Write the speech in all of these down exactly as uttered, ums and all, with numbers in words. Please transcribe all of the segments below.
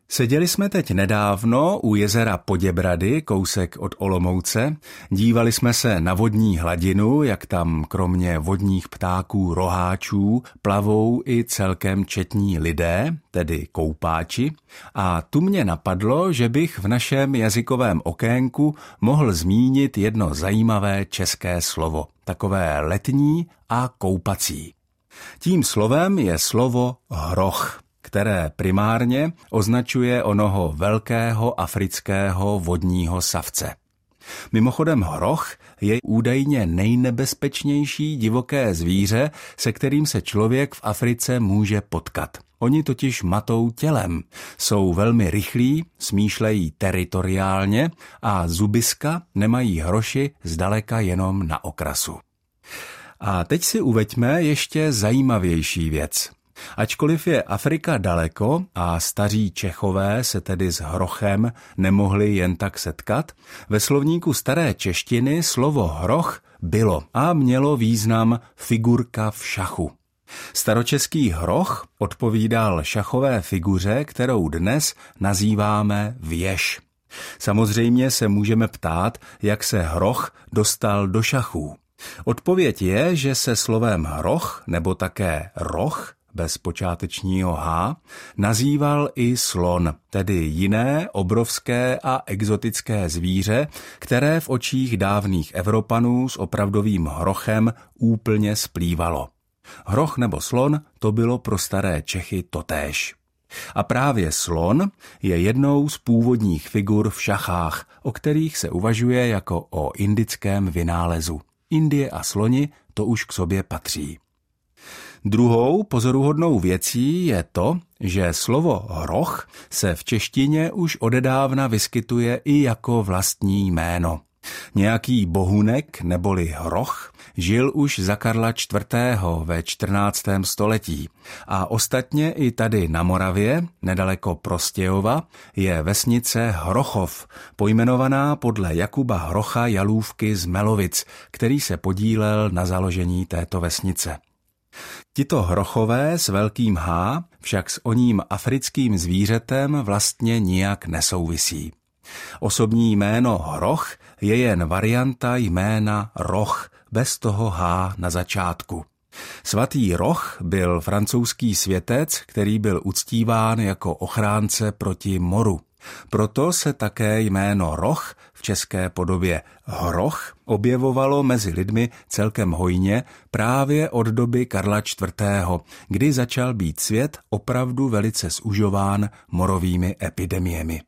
Seděli jsme teď nedávno u jezera Poděbrady, kousek od Olomouce. Dívali jsme se na vodní hladinu, jak tam kromě vodních ptáků roháčů plavou i celkem četní lidé, tedy koupáči. A tu mě napadlo, že bych v našem jazykovém okénku mohl zmínit jedno zajímavé české slovo, takové letní a koupací. Tím slovem je slovo hroch, které primárně označuje onoho velkého afrického vodního savce. Mimochodem hroch je údajně nejnebezpečnější divoké zvíře, se kterým se člověk v Africe může potkat. Oni totiž matou tělem, jsou velmi rychlí, smýšlejí teritoriálně a zubiska nemají hroši zdaleka jenom na okrasu. A teď si uveďme ještě zajímavější věc. Ačkoliv je Afrika daleko a staří Čechové se tedy s hrochem nemohli jen tak setkat, ve slovníku staré češtiny slovo hroch bylo a mělo význam figurka v šachu. Staročeský hroch odpovídal šachové figuře, kterou dnes nazýváme věž. Samozřejmě se můžeme ptát, jak se hroch dostal do šachů. Odpověď je, že se slovem hroch nebo také roh bez počátečního H, nazýval i slon, tedy jiné obrovské a exotické zvíře, které v očích dávných Evropanů s opravdovým hrochem úplně splývalo. Hroch nebo slon, to bylo pro staré Čechy totéž. A právě slon je jednou z původních figur v šachách, o kterých se uvažuje jako o indickém vynálezu. Indie a sloni to už k sobě patří. Druhou pozoruhodnou věcí je to, že slovo hroch se v češtině už odedávna vyskytuje i jako vlastní jméno. Nějaký bohunek neboli hroch žil už za Karla čtvrtého. ve čtrnáctém století a ostatně i tady na Moravě, nedaleko Prostějova, je vesnice Hrochov, pojmenovaná podle Jakuba Hrocha Jalůvky z Melovic, který se podílel na založení této vesnice. Tito hrochové s velkým H však s oním africkým zvířetem vlastně nijak nesouvisí. Osobní jméno hroch je jen varianta jména roh, bez toho H na začátku. Svatý Roch byl francouzský světec, který byl uctíván jako ochránce proti moru. Proto se také jméno roh v české podobě hroch objevovalo mezi lidmi celkem hojně právě od doby Karla čtvrtého., kdy začal být svět opravdu velice zužován morovými epidemiemi.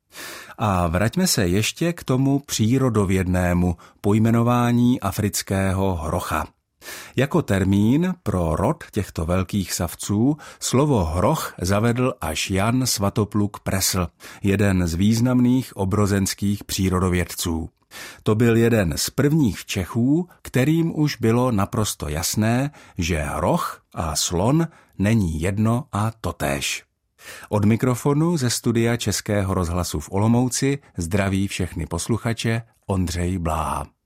A vraťme se ještě k tomu přírodovědnému pojmenování afrického hrocha. Jako termín pro rod těchto velkých savců slovo hroch zavedl až Jan Svatopluk Presl, jeden z významných obrozenských přírodovědců. To byl jeden z prvních Čechů, kterým už bylo naprosto jasné, že hroch a slon není jedno a totéž. Od mikrofonu ze studia Českého rozhlasu v Olomouci zdraví všechny posluchače Ondřej Bláha.